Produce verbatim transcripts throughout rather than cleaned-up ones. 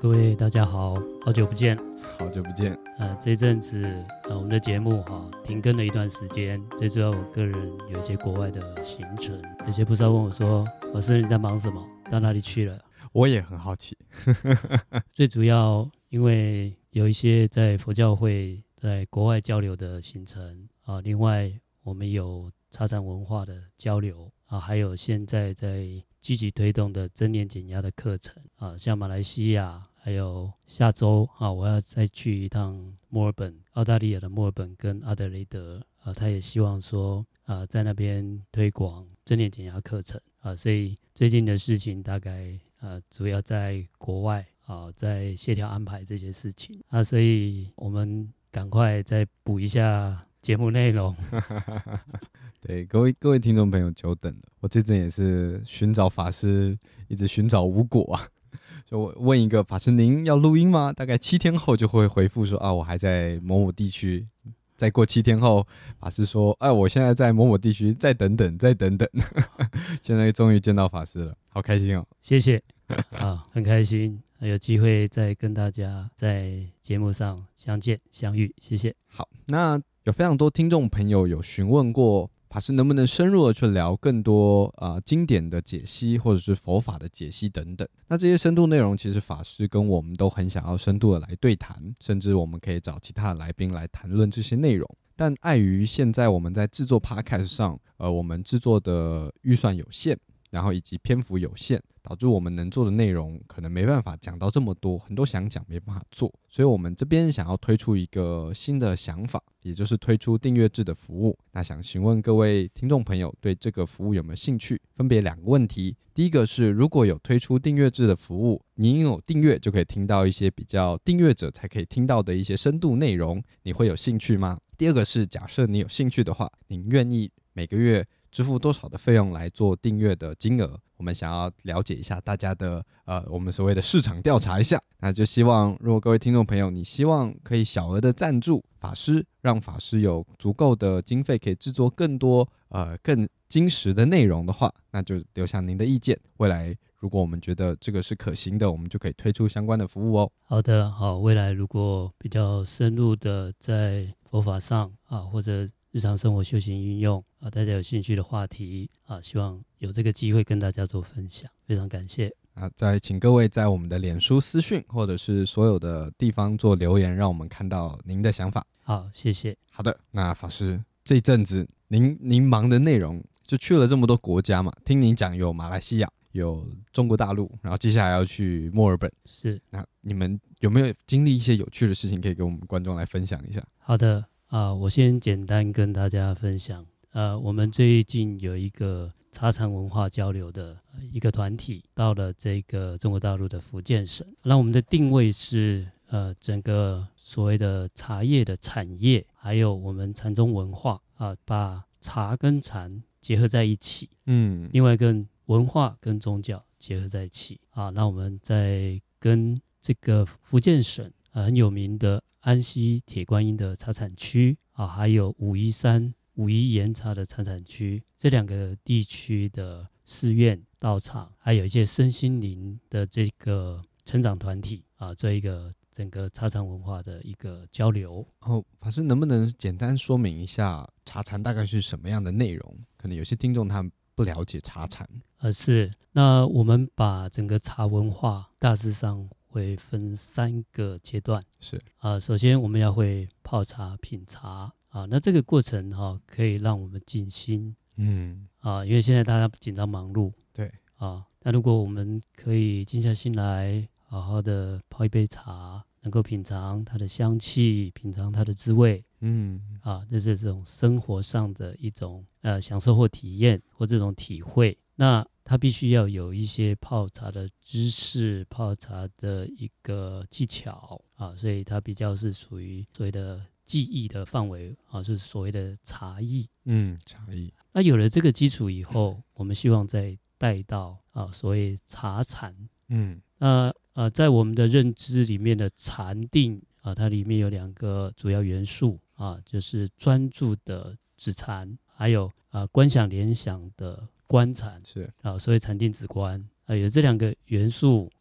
各位大家好，好久不见， 好久不见。 呃，这阵子呃我们的节目哈、哦、停更了一段时间，最主要我个人有一些国外的行程，有些不知道问我说，老师你在忙什么？到哪里去了？ 我也很好奇。 最主要因为有一些在佛教会在国外交流的行程啊，另外我们有茶禅文化的交流啊，还有现在在积极推动的正念减压的课程啊，像马来西亚，还有下周啊，我要再去一趟墨尔本，澳大利亚的墨尔本跟阿德雷德啊，他也希望说啊，在那边推广正念减压课程啊，所以最近的事情大概啊，主要在国外啊，在协调安排这些事情啊，所以我们赶快再补一下节目内容。 对，各位各位听众朋友久等了，我这阵也是寻找法师，一直寻找无果啊。就我问一个法师，您要录音吗？大概七天后就会回复说啊，我还在某某地区。再过七天后，法师说，哎，我现在在某某地区，再等等，再等等。现在终于见到法师了，好开心哦！ 谢谢啊，很开心有机会再跟大家在节目上相见相遇，谢谢。 好，那有非常多听众朋友有询问过法师能不能深入的去聊更多啊、呃、经典的解析，或者是佛法的解析等等。那这些深度内容，其实法师跟我们都很想要深度的来对谈，甚至我们可以找其他的来宾来谈论这些内容。但碍于现在我们在制作 podcast 上，呃，我们制作的预算有限，然后以及篇幅有限，导致我们能做的内容可能没办法讲到这么多，很多想讲没办法做，所以我们这边想要推出一个新的想法，也就是推出订阅制的服务。那想询问各位听众朋友对这个服务有没有兴趣？分别两个问题，第一个是如果有推出订阅制的服务，您有订阅就可以听到一些比较订阅者才可以听到的一些深度内容，你会有兴趣吗？第二个是假设你有兴趣的话，您愿意每个月支付多少的费用来做订阅的金额？我们想要了解一下大家的呃，我们所谓的市场调查一下。那就希望如果各位听众朋友你希望可以小额的赞助法师，让法师有足够的经费可以制作更多呃更精实的内容的话，那就留下您的意见，未来如果我们觉得这个是可行的，我们就可以推出相关的服务哦。 好的，好，未来如果比较深入的在佛法上啊，或者日常生活修行运用啊，大家有兴趣的话题啊，希望有这个机会跟大家做分享，非常感谢啊！再请各位在我们的脸书私讯或者是所有的地方做留言，让我们看到您的想法。 好，谢谢。 好的，那法师这一阵子您您忙的内容就去了这么多国家嘛，听您讲有马来西亚，有中国大陆，然后接下来要去墨尔本， 是， 那你们有没有经历一些有趣的事情可以跟我们观众来分享一下？ 好的啊，我先简单跟大家分享。呃，我们最近有一个茶禅文化交流的一个团体到了这个中国大陆的福建省，那我们的定位是呃整个所谓的茶叶的产业，还有我们禅宗文化啊，把茶跟禅结合在一起，嗯，另外跟文化跟宗教结合在一起啊。那我们在跟这个福建省、呃、很有名的安溪铁观音的茶产区啊，还有武夷山武夷岩茶的茶产区，这两个地区的寺院、道场，还有一些身心灵的这个成长团体啊，做一个整个茶禅文化的一个交流。 哦，法师能不能简单说明一下茶禅大概是什么样的内容？可能有些听众他们不了解茶禅。 呃，是，那我们把整个茶文化大致上会分三个阶段。 是啊、呃，首先我们要会泡茶、品茶啊，那这个过程哈、哦，可以让我们静心。嗯啊，因为现在大家紧张忙碌。 对啊，那如果我们可以静下心来，好好的泡一杯茶，能够品尝它的香气，品尝它的滋味。嗯啊，这是这种生活上的一种呃享受或体验或这种体会。那它必须要有一些泡茶的知识，泡茶的一个技巧啊，所以它比较是属于所谓的技艺的范围啊，是所谓的茶艺。 嗯，茶艺。 那有了这个基础以后，我们希望再带到啊所谓茶禅。嗯，那呃在我们的认知里面的禅定啊，它里面有两个主要元素啊，就是专注的止禅，还有啊观想联想的观禅。 是啊，所谓禅定止观啊，有这两个元素。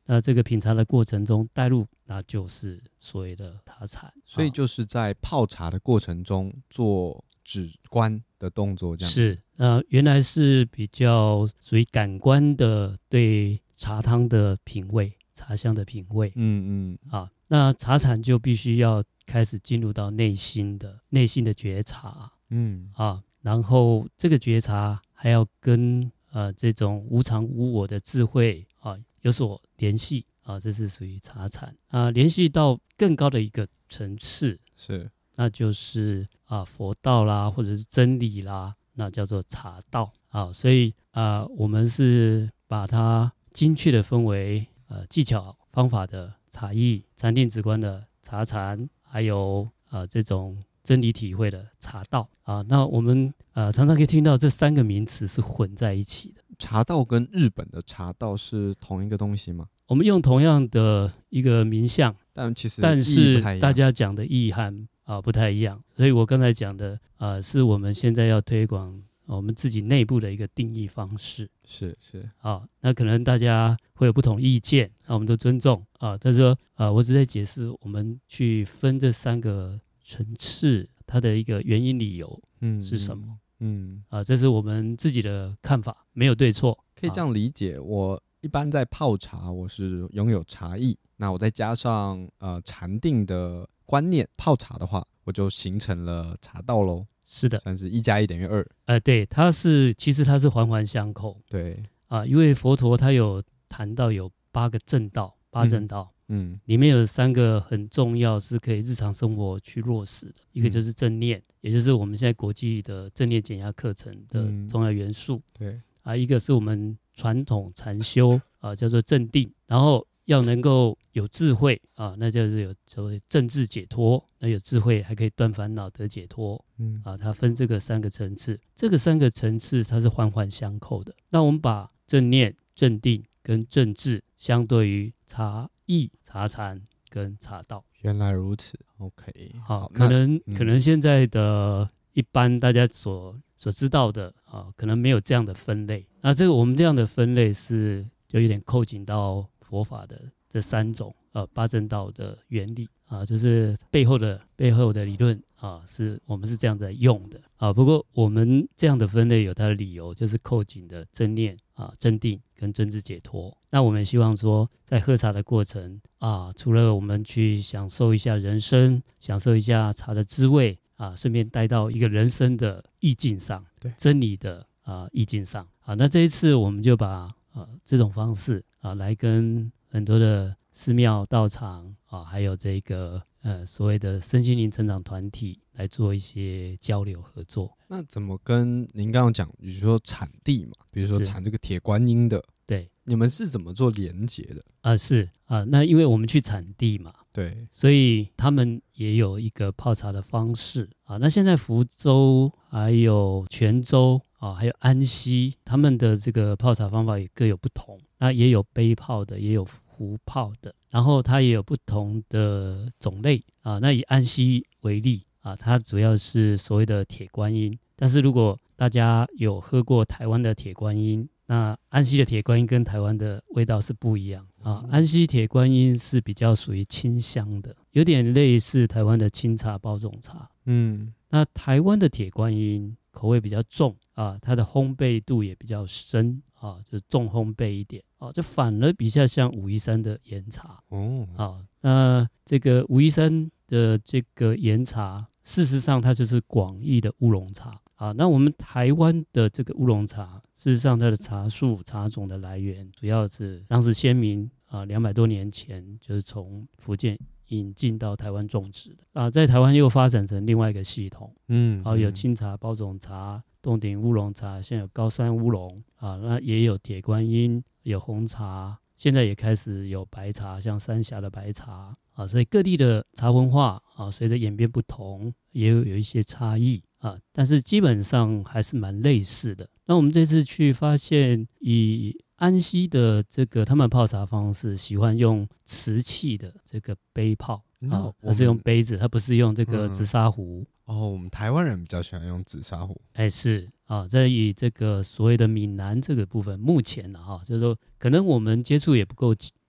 那这个品茶的过程中带入，那就是所谓的茶禅。 所以就是在泡茶的过程中做止观的动作，这样子是，呃，原来是比较属于感官的对茶汤的品味、茶香的品味， 嗯嗯啊，那茶禅就必须要开始进入到内心的内心的觉察嗯啊，然后这个觉察还要跟呃这种无常无我的智慧啊有所联系啊，这是属于茶禅啊，联系到更高的一个层次， 是， 那就是啊佛道啦，或者是真理啦，那叫做茶道啊。所以啊，我们是把它精确的分为呃技巧方法的茶艺、禅定止观的茶禅，还有啊这种真理体会的茶道啊。那我们呃常常可以听到这三个名词是混在一起的。 茶道跟日本的茶道是同一个东西吗？ 我们用同样的一个名相， 但其实但意义是不太一样大家讲的意涵啊不太一样，所以我刚才讲的啊是我们现在要推广、啊、我们自己内部的一个定义方式是是啊，那可能大家会有不同意见，那、啊、我们都尊重啊。但是说啊，我只在解释我们去分这三个层次，它的一个原因理由嗯是什么？ 嗯， 啊，这是我们自己的看法，没有对错， 可以这样理解。我一般在泡茶，我是拥有茶艺，那我再加上呃禅定的观念，泡茶的话，我就形成了茶道喽。 是的， 算是一加一等于二。 呃，对，它是其实它是环环相扣。 对啊，因为佛陀他有谈到有八个正道，八正道， 嗯， 里面有三个很重要，是可以日常生活去落实的。一个就是正念，嗯、也就是我们现在国际的正念减压课程的重要元素。 嗯、对啊，一个是我们传统禅修啊，叫做正定，然后要能够有智慧啊，那就是有所谓正智解脱。那有智慧还可以断烦恼得解脱。嗯啊，它分这个三个层次，这个三个层次它是环环相扣的。那我们把正念、正定跟正智相对于茶艺、茶禅跟茶道。 原来如此 ，OK。 好，可能、嗯、可能现在的一般大家所所知道的啊，可能没有这样的分类。那这个我们这样的分类是就有点扣紧到佛法的这三种呃八正道的原理啊，就是背后的背后的理论啊，是我们是这样在用的啊。不过我们这样的分类有它的理由，就是扣紧的正念啊、正定跟真知解脱。那我们希望说，在喝茶的过程啊，除了我们去享受一下人生，享受一下茶的滋味啊，顺便带到一个人生的意境上，对真理的啊意境上啊。那这一次我们就把啊这种方式啊来跟很多的寺庙道场啊，还有这个呃所谓的身心灵成长团体来做一些交流合作。 那怎么跟您刚刚讲，比如说产地嘛，比如说产这个铁观音的， 对， 你们是怎么做连结的？ 啊、呃、是啊、呃，那因为我们去产地嘛， 对， 所以他们也有一个泡茶的方式啊。那现在福州还有泉州啊，还有安溪，他们的这个泡茶方法也各有不同。那也有杯泡的，也有壶泡的，然后它也有不同的种类啊。那以安溪为例啊，它主要是所谓的铁观音。但是如果大家有喝过台湾的铁观音，那安溪的铁观音跟台湾的味道是不一样啊。安溪铁观音是比较属于清香的，有点类似台湾的清茶包种茶。嗯，那台湾的铁观音口味比较重啊，它的烘焙度也比较深啊，就是重烘焙一点啊，这反而比较像武夷山的岩茶哦。啊，那这个武夷山的这个岩茶，事实上它就是广义的乌龙茶啊。那我们台湾的这个乌龙茶，事实上它的茶树、茶种的来源，主要是当时先民啊，两百多年前就是从福建引进到台湾种植的啊，在台湾又发展成另外一个系统，嗯，啊，有清茶、包种茶、洞顶乌龙茶，现在有高山乌龙啊，那也有铁观音，有红茶，现在也开始有白茶，像三峡的白茶啊，所以各地的茶文化啊，随着演变不同，也有有一些差异啊，但是基本上还是蛮类似的。那我们这次去发现，以安溪的这个他们泡茶方式，喜欢用瓷器的这个杯泡、嗯、啊，它是用杯子，它不是用这个紫砂壶、 嗯、哦。我们台湾人比较喜欢用紫砂壶， 哎是啊，在以这个所谓的闽南这个部分，目前啊，就是说可能我们接触也不够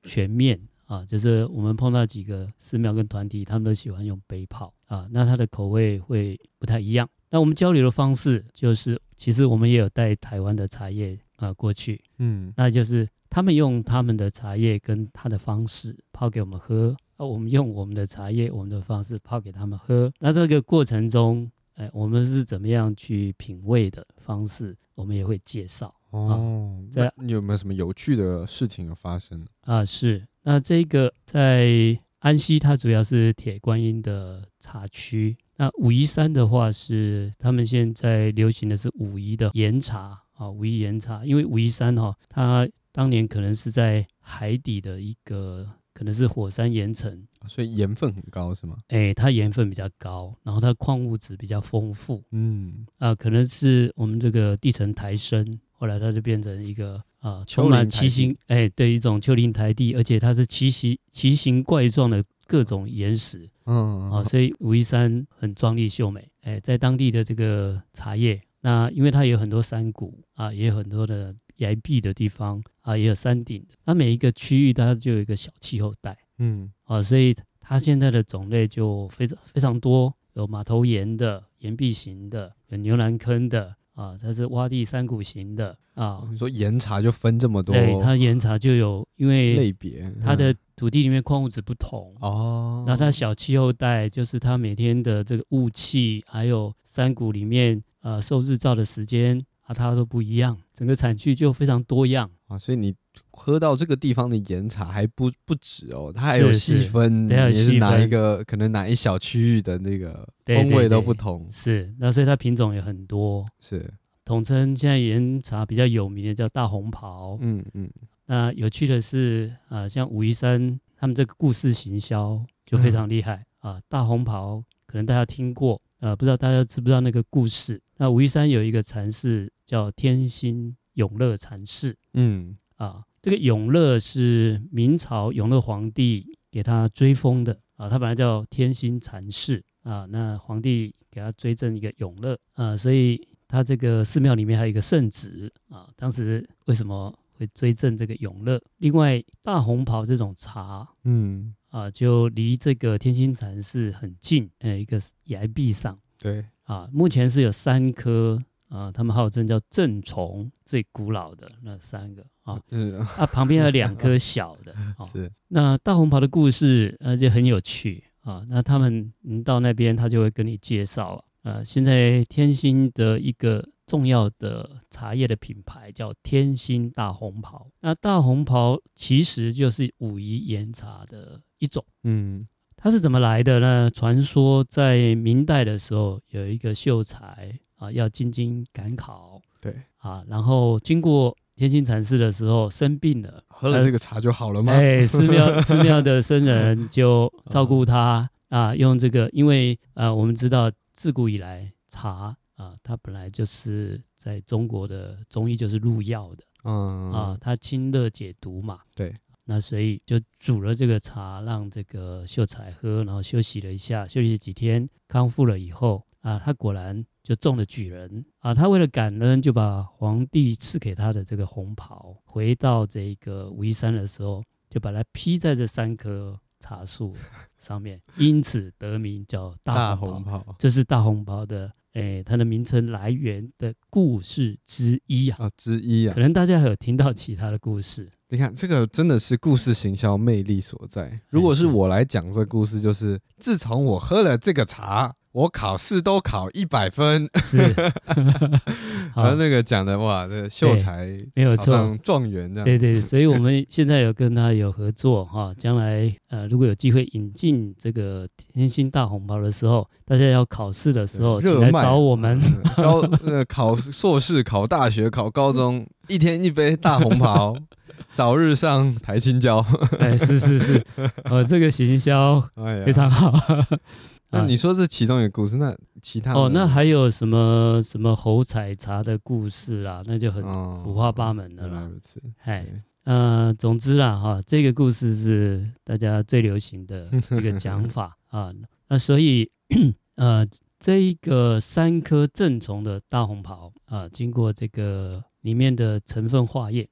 全面啊，就是我们碰到几个寺庙跟团体，他们都喜欢用杯泡啊，那它的口味会不太一样。那我们交流的方式就是，其实我们也有带台湾的茶叶啊过去，嗯，那就是他们用他们的茶叶跟他的方式泡给我们喝，啊，我们用我们的茶叶、我们的方式泡给他们喝。那这个过程中，哎，我们是怎么样去品味的方式，我们也会介绍。 哦，那你有没有什么有趣的事情有发生啊？是，那这个在安溪，它主要是铁观音的茶区。那武夷山的话是他们现在流行的是武夷的岩茶啊，武夷岩茶，因为武夷山哈、哦，它当年可能是在海底的一个，可能是火山岩层， 所以盐分很高是吗？ 哎，它盐分比较高，然后它矿物质比较丰富， 嗯啊，可能是我们这个地层抬升，后来它就变成一个啊充满奇形哎的一种丘陵台地，而且它是奇形奇形怪状的各种岩石，嗯啊，所以武夷山很壮丽秀美，哎，在当地的这个茶叶，那因为它有很多山谷啊，也有很多的崖壁的地方啊，也有山顶的，那每一个区域它就有一个小气候带，嗯啊，所以它现在的种类就非常非常多，有马头岩的、岩壁型的，有牛栏坑的。啊，它是洼地山谷型的啊。 你说岩茶就分这么多？ 对，它岩茶就有，因为类别， 它的土地里面矿物质不同哦。那它小气候带，就是它每天的这个雾气，还有山谷里面呃受日照的时间啊，它都不一样，整个产区就非常多样啊。所以你喝到这个地方的岩茶还不不止哦，它还有细分，也是哪一个可能哪一小区域的那个风味都不同。 对对对是，那所以它品种也很多。 是， 统称现在岩茶比较有名的叫大红袍。嗯嗯。那有趣的是啊、呃，像武夷山他们这个故事行销就非常厉害、嗯、啊。大红袍可能大家听过，呃，不知道大家知不知道那个故事？那武夷山有一个禅师叫天心永乐禅师。嗯啊。这个永乐是明朝永乐皇帝给他追封的啊，他本来叫天心禅师啊，那皇帝给他追赠一个永乐啊，所以他这个寺庙里面还有一个圣旨啊。当时为什么会追赠这个永乐？另外，大红袍这种茶，嗯啊，就离这个天心禅寺很近，呃，一个崖壁上， 对啊，目前是有三棵。啊，他们号称叫正崇，最古老的那三个啊，嗯、啊，旁边有两棵小的，哦、是。那大红袍的故事，呃，就很有趣啊。那他们，你到那边，他就会跟你介绍啊。现在天心的一个重要的茶叶的品牌叫天心大红袍。那大红袍其实就是武夷岩茶的一种，嗯。它是怎么来的呢？传说在明代的时候，有一个秀才啊，要进京赶考， 对啊，然后经过天心禅寺的时候生病了， 喝了这个茶就好了吗？ 哎，寺庙寺庙的僧人就照顾他啊，用这个，因为啊，我们知道自古以来茶啊，它本来就是在中国的中医就是入药的，嗯啊，它清热解毒嘛， 对。 那所以就煮了这个茶，让这个秀才喝，然后休息了一下，休息几天，康复了以后啊，他果然就中了举人啊。他为了感恩，就把皇帝赐给他的这个红袍，回到这个武夷山的时候，就把它披在这三棵茶树上面，因此得名叫大红袍。这是大红袍的。哎，它的名称来源的故事之一啊， 啊之一啊， 可能大家还有听到其他的故事。 你看，这个真的是故事行销魅力所在。如果是我来讲这故事，就是自从我喝了这个茶，我考试都考一百分。 是， 然后那个讲的哇，这个秀才没有错， 状元这样。 对对，所以我们现在有跟他有合作哈，将来呃如果有机会引进这个天心大红袍的时候，大家要考试的时候，请来找我们。 嗯、高呃考硕士、考大学、考高中，一天一杯大红袍。早日上台清交。 哎，是是是，呃，这个行销非常好。 那你说这其中一个故事，那其他的哦，那还有什么什么猴采茶的故事啦，那就很五花八门的了。 原来如此， 哎，呃，总之啦，哈，这个故事是大家最流行的一个讲法啊。那所以，呃，这一个三颗正宗的大红袍啊，经过这个里面的成分化验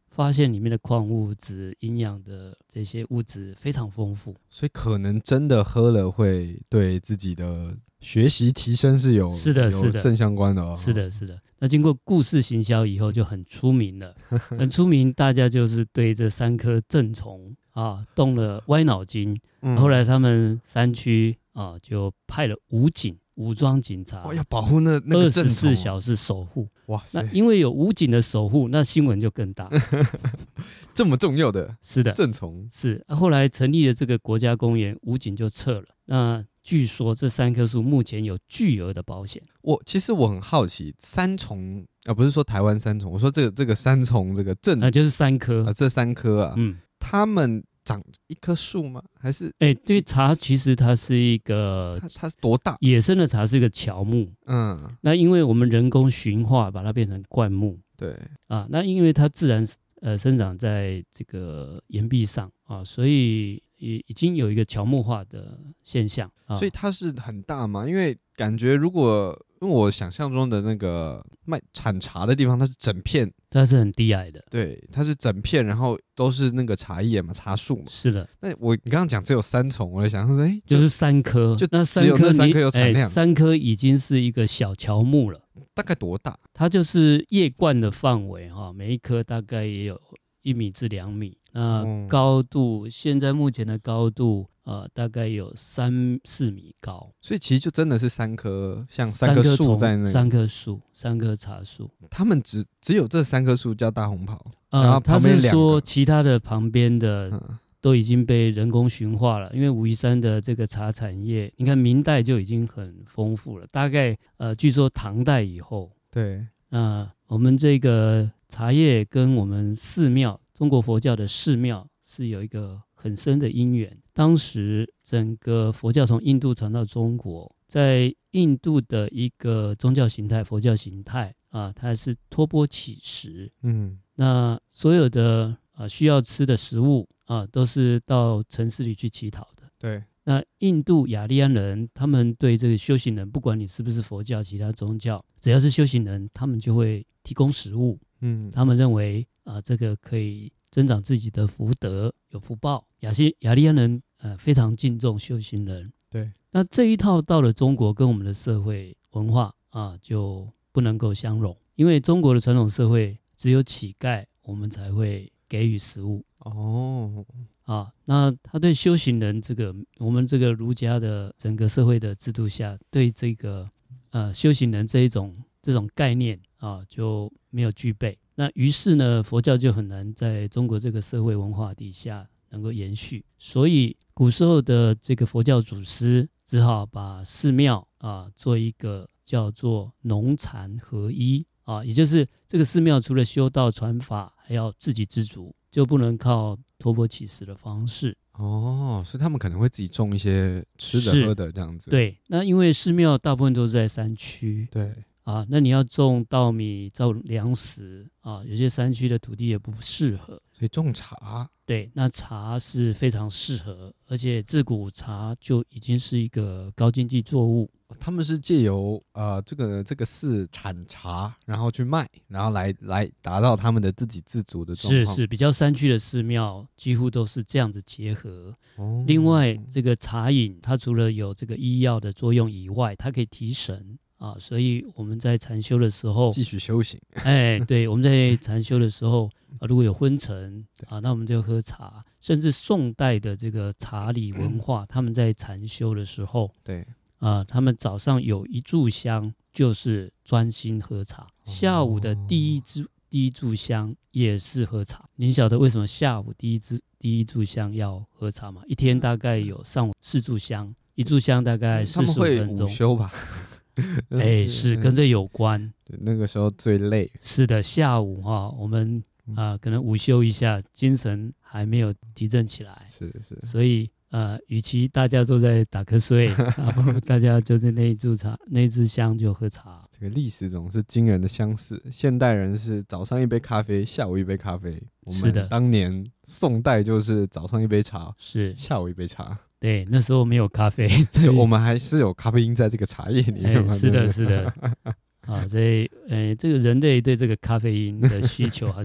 发现里面的矿物质、营养的这些物质非常丰富， 所以可能真的喝了会对自己的学习提升是有是的是的有正相关的哦。 是的是的。那经过故事行销以后就很出名了，很出名，大家就是对这三颗正虫啊动了歪脑筋。 嗯、 后来他们山区啊就派了武警。武装警察、 哦、要保护那那个正虫， 二十四小时守护。 哇塞！ 那因为有武警的守护，那新闻就更大。 这么重要的是的正虫是、啊。后来成立了这个国家公园，武警就撤了。那据说这三棵树目前有巨额的保险。 我其实我很好奇，三重啊，不是说台湾三重，我说这个这个三重这个正啊，就是三棵啊，这三棵啊， 嗯， 他们长一棵树吗？还是？ 哎、欸，对，茶其实它是一个， 它它是多大？ 野生的茶是一个乔木，嗯，那因为我们人工驯化把它变成灌木， 对啊，那因为它自然呃生长在这个岩壁上啊，所以已已经有一个乔木化的现象，啊、 所以它是很大吗？因为感觉如果因为我想象中的那个卖产茶的地方，它是整片。 它是很低矮的， 对，它是整片，然后都是那个茶叶嘛，茶树嘛。 是的。 那我你刚刚讲只有三重，我在想说，哎、欸， 就, 就是三棵， 就那三棵，三棵有产量、 欸，三棵已经是一个小乔木了。 大概多大？ 它就是叶冠的范围哈，每一棵大概也有一米至两米。那高度、嗯、现在目前的高度呃大概有三四米高， 所以其实就真的是三棵像三棵树在那里， 三棵树，三棵茶树。 他们只只有这三棵树叫大红袍， 呃、 然后旁边两个， 他是说其他的旁边的都已经被人工驯化了，因为武夷山的这个茶产业，你看明代就已经很丰富了，大概呃据说唐代以后， 对， 那、呃、我们这个茶叶跟我们寺庙。中国佛教的寺庙是有一个很深的因缘。当时整个佛教从印度传到中国，在印度的一个宗教形态，佛教形态啊，它是托钵乞食。嗯，那所有的啊需要吃的食物啊，都是到城市里去乞讨的。 对。 那印度雅利安人，他们对这个修行人，不管你是不是佛教、其他宗教，只要是修行人，他们就会提供食物。嗯，他们认为啊，这个可以增长自己的福德，有福报。雅西雅利安人呃非常敬重修行人。 对， 那这一套到了中国，跟我们的社会文化啊就不能够相容，因为中国的传统社会只有乞丐，我们才会给予食物。哦。啊，那他对修行人这个，我们这个儒家的整个社会的制度下，对这个呃修行人这一种这种概念啊就没有具备。那于是呢，佛教就很难在中国这个社会文化底下能够延续。所以古时候的这个佛教祖师只好把寺庙啊做一个叫做农禅合一啊，也就是这个寺庙除了修道传法，还要自给自足。就不能靠托钵乞食的方式哦，所以他们可能会自己种一些吃的喝的这样子。 对，那因为寺庙大部分都是在山区， 对啊，那你要种稻米、种粮食啊，有些山区的土地也不适合， 所以种茶。 对，那茶是非常适合，而且自古茶就已经是一个高经济作物。 他们是借由呃这个这个寺产茶，然后去卖，然后来来达到他们的自给自足的状况。 是是，比较山区的寺庙几乎都是这样子结合。哦，另外这个茶饮，它除了有这个医药的作用以外，它可以提神啊，所以我们在禅修的时候继续修行。 哎，对，我们在禅修的时候啊，如果有昏沉啊，那我们就喝茶。甚至宋代的这个茶礼文化，他们在禅修的时候， 对。 啊、呃，他们早上有一炷香就是专心喝茶，下午的第一支第一炷香也是喝茶。您晓得为什么下午第一支第一炷香要喝茶吗？一天大概有上午四炷香，一炷香大概四十五分钟。他们会午休吧？ 哎，是跟这有关。 对，那个时候最累。 是的，下午哈、哦，我们啊、呃、可能午休一下，精神还没有提振起来。 是是， 所以。呃，与其大家都在打瞌睡，啊，不如大家就在那一炷茶、那一支香就喝茶。 这个历史总是惊人的相似。现代人是早上一杯咖啡，下午一杯咖啡。我们当年宋代就是早上一杯茶， 是下午一杯茶。 对，那时候没有咖啡， 就我们还是有咖啡因在这个茶叶里面嘛。 欸、是的，是的。啊，所以，呃，这个人类对这个咖啡因的需求好像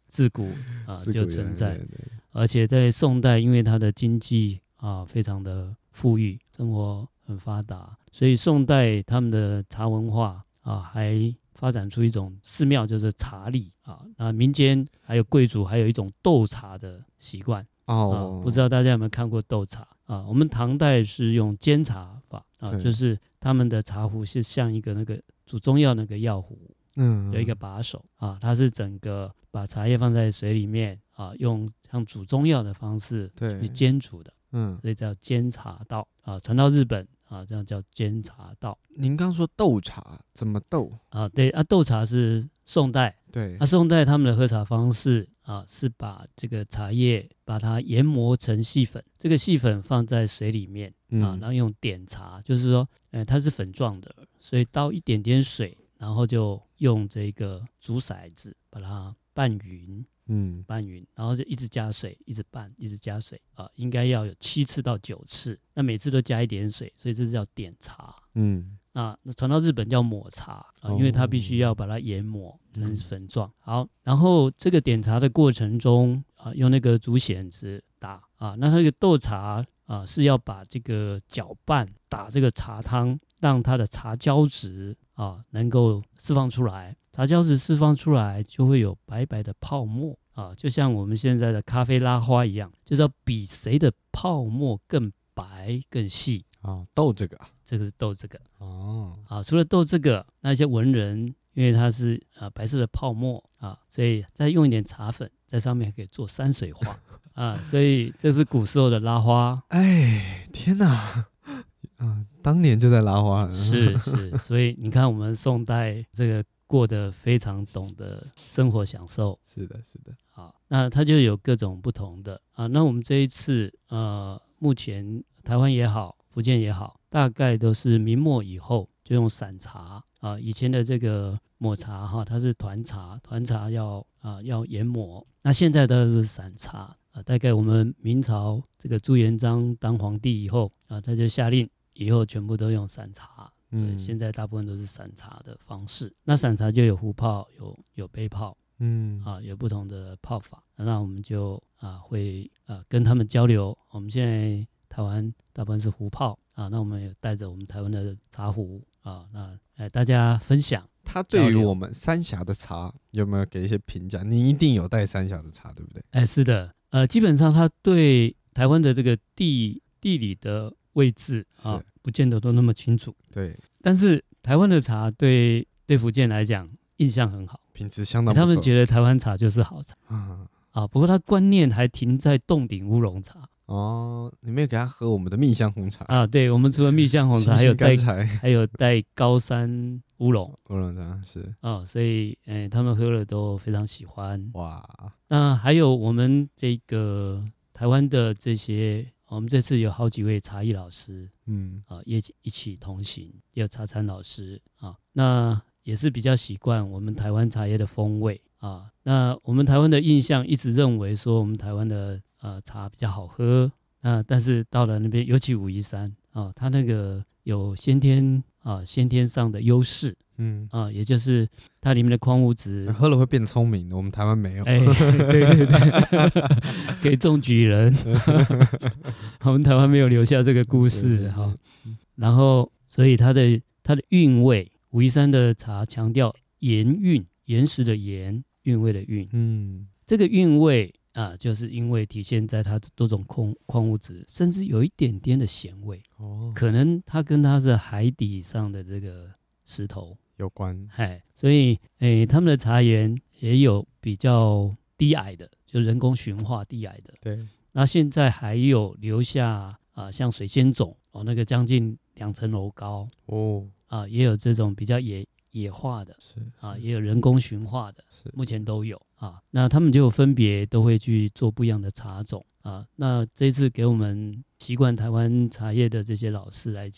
自古啊自古就存在， 对对对而且在宋代，因为它的经济啊非常的富裕，生活很发达，所以宋代他们的茶文化啊还发展出一种寺庙，就是茶礼啊。那民间还有贵族还有一种斗茶的习惯哦、 啊，不知道大家有没有看过斗茶啊？我们唐代是用煎茶法啊，就是他们的茶壶是像一个那个煮中药那个药壶。 嗯， 有一个把手啊，它是整个把茶叶放在水里面啊，用像煮中药的方式去煎煮的， 嗯， 所以叫煎茶道啊。传到日本啊，这样叫煎茶道。 您刚说斗茶怎么斗啊？对啊，斗茶是宋代， 对， 啊，宋代他们的喝茶方式啊，是把这个茶叶把它研磨成细粉，这个细粉放在水里面啊，然后用点茶，就是说，呃，它是粉状的，所以倒一点点水。然后就用这个竹骰子把它拌匀，嗯，拌匀，然后就一直加水，一直拌，一直加水啊、呃，应该要有七次到九次，那每次都加一点水，所以这是叫点茶，嗯，啊，那传到日本叫抹茶啊、呃，因为它必须要把它研磨成粉状。好，然后这个点茶的过程中啊、呃，用那个竹筅子打啊，那那个斗茶啊是要把这个搅拌打这个茶汤，让它的茶胶质啊，能够释放出来，茶胶质释放出来就会有白白的泡沫啊，就像我们现在的咖啡拉花一样，就是要比谁的泡沫更白更细啊，斗这个啊， 这个是斗这个哦啊。除了斗这个，那些文人因为它是啊白色的泡沫啊，所以再用一点茶粉在上面可以做山水画啊，所以这是古时候的拉花。 哎，天哪！啊，当年就在拉花了， 是是，所以你看我们宋代这个过得非常懂得生活享受， 是的，是的， 好，那它就有各种不同的啊。那我们这一次呃，目前台湾也好，福建也好，大概都是明末以后就用散茶啊，以前的这个抹茶哈，它是团茶，团茶要啊要研磨，那现在都是散茶啊。大概我们明朝这个朱元璋当皇帝以后啊，他就下令。以后全部都用散茶，嗯，现在大部分都是散茶的方式。那散茶就有壶泡，有有杯泡，嗯啊，有不同的泡法。那我们就啊会啊跟他们交流。我们现在台湾大部分是壶泡啊，那我们也带着我们台湾的茶壶啊，那哎大家分享。 他对于我们三峡的茶有没有给一些评价？你一定有带三峡的茶，对不对？ 哎，是的，呃，基本上他对台湾的这个地地理的位置啊，不见得都那么清楚。 对， 但是台湾的茶对对福建来讲印象很好， 品质相当不错。 他们觉得台湾茶就是好茶、嗯、啊。不过他观念还停在冻顶乌龙茶。 哦，你没有给他喝我们的蜜香红茶啊？对，我们除了蜜香红茶，还有带还有带高山乌龙乌龙茶是哦，所以哎，他们喝了都非常喜欢。 哇， 那还有我们这个台湾的这些。我们这次有好几位茶艺老师，嗯啊，也一起同行，也有茶禅老师啊，那也是比较习惯我们台湾茶叶的风味啊。那我们台湾的印象一直认为说我们台湾的呃茶比较好喝啊，但是到了那边，尤其武夷山啊，它那个有先天啊先天上的优势。嗯啊，也就是它里面的矿物质， 喝了会变聪明的，我们台湾没有。 哎，对对对，可以中举人。我们台湾没有留下这个故事哈。然后，所以它的它的韵味，武夷山的茶强调岩韵，岩石的岩，韵味的韵。嗯，这个韵味啊，就是因为体现在它多种矿矿物质，甚至有一点点的咸味。哦，可能它跟它是海底上的这个石头。 有关， 哎，所以诶，他们的茶园也有比较低矮的，就人工驯化低矮的。 对，那现在还有留下啊、呃，像水仙种哦，那个将近两层楼高哦，啊，也有这种比较野野化的，是啊，也有人工驯化的，是目前都有啊。那他们就分别都会去做不一样的茶种啊。那这次给我们习惯台湾茶叶的这些老师来讲，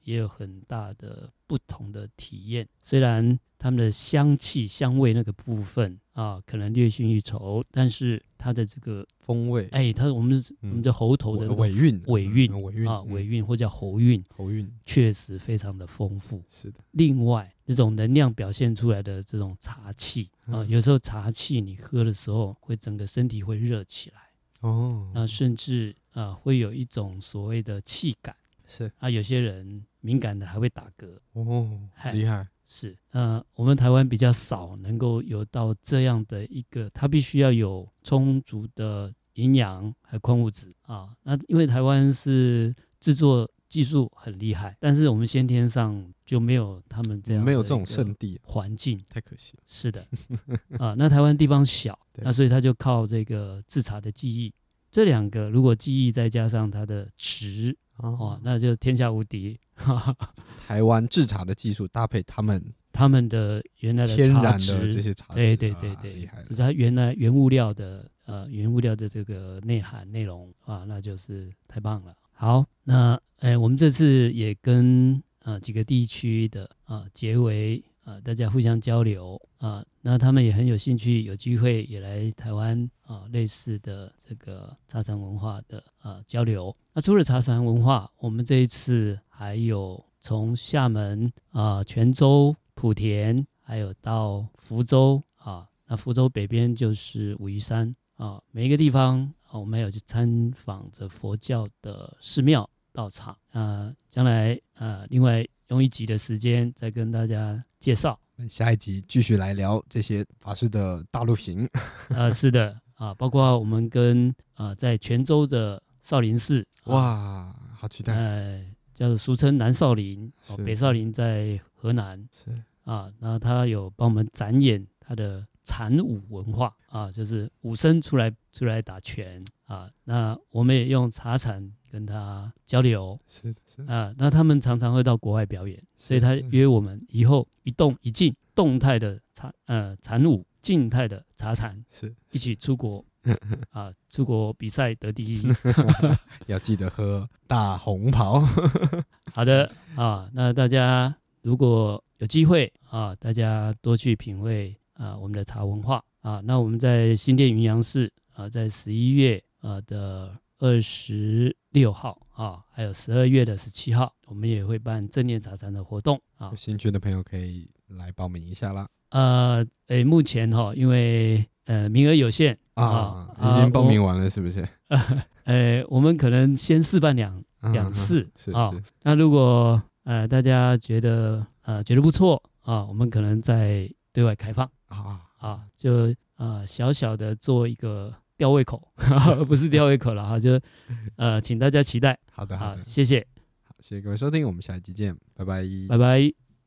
也有很大的不同的体验。虽然它们的香气、香味那个部分啊，可能略逊一筹，但是它的这个风味， 哎，它我们、嗯、我们的喉头的尾韵， 尾韵、 嗯、尾韵啊，尾韵或叫喉韵， 喉韵确实非常的丰富。 是的。 另外，这种能量表现出来的这种茶气啊， 嗯、 有时候茶气你喝的时候，会整个身体会热起来。 哦， 那甚至啊会有一种所谓的气感， 是啊，有些人敏感的还会打嗝。 哦，厉害。 是，呃，我们台湾比较少能够有到这样的一个，它必须要有充足的营养和矿物质啊。那因为台湾是制作技术很厉害，但是我们先天上就没有他们这样的没有这种圣地环境， 太可惜了。 是的，啊，那台湾地方小，那所以他就靠这个制茶的技艺，这两个如果技艺再加上它的质。哦，那就天下无敌。 台湾制茶的技术搭配他们他们的原来的天然茶的这些茶质， 对对对对， 厉害了， 就是它原来原物料的呃原物料的这个内涵内容啊，那就是太棒了。好，那哎，我们这次也跟呃几个地区的啊结为啊大家互相交流啊，那他们也很有兴趣，有机会也来台湾啊类似的这个茶禅文化的啊交流。那除了茶禅文化，我们这一次还有从厦门啊、泉州、莆田，还有到福州啊，那福州北边就是武夷山啊，每一个地方啊，我们还有去参访着佛教的寺庙道场啊，将来啊，另外用一集的时间再跟大家介绍。 我们下一集继续来聊这些法师的大陆行。 呃，是的啊，包括我们跟啊在泉州的少林寺， 哇，好期待！ 呃，叫做俗称南少林，哦、北少林在河南， 是啊，然后他有帮我们展演他的禅武文化啊，就是武生出来出来打拳啊，那我们也用茶禅跟他交流， 是的，是的啊，那他们常常会到国外表演，所以他约我们以后一动一静，动态的茶呃禅武，静态的茶禅， 是一起出国。啊，出国比赛得第一， 要记得喝大红袍。 好的啊，那大家如果有机会啊，大家多去品味啊我们的茶文化啊。那我们在新店云阳市啊，在十一月啊的二十六号啊，还有十二月的十七号，我们也会办正念茶禅的活动啊。 有兴趣的朋友可以来报名一下啦。 呃，诶，目前哈、哦，因为呃名额有限啊，啊已经报名完了，是不是？ 呃，呃，我们可能先试办两、啊、两次啊。那如果呃大家觉得呃觉得不错啊，我们可能再对外开放啊啊，就啊、呃、小小的做一个吊胃口，不是吊胃口了哈，就呃请大家期待。 好的，好的， 谢谢。 好，谢谢各位收听，我们下一集见，拜拜， 拜拜。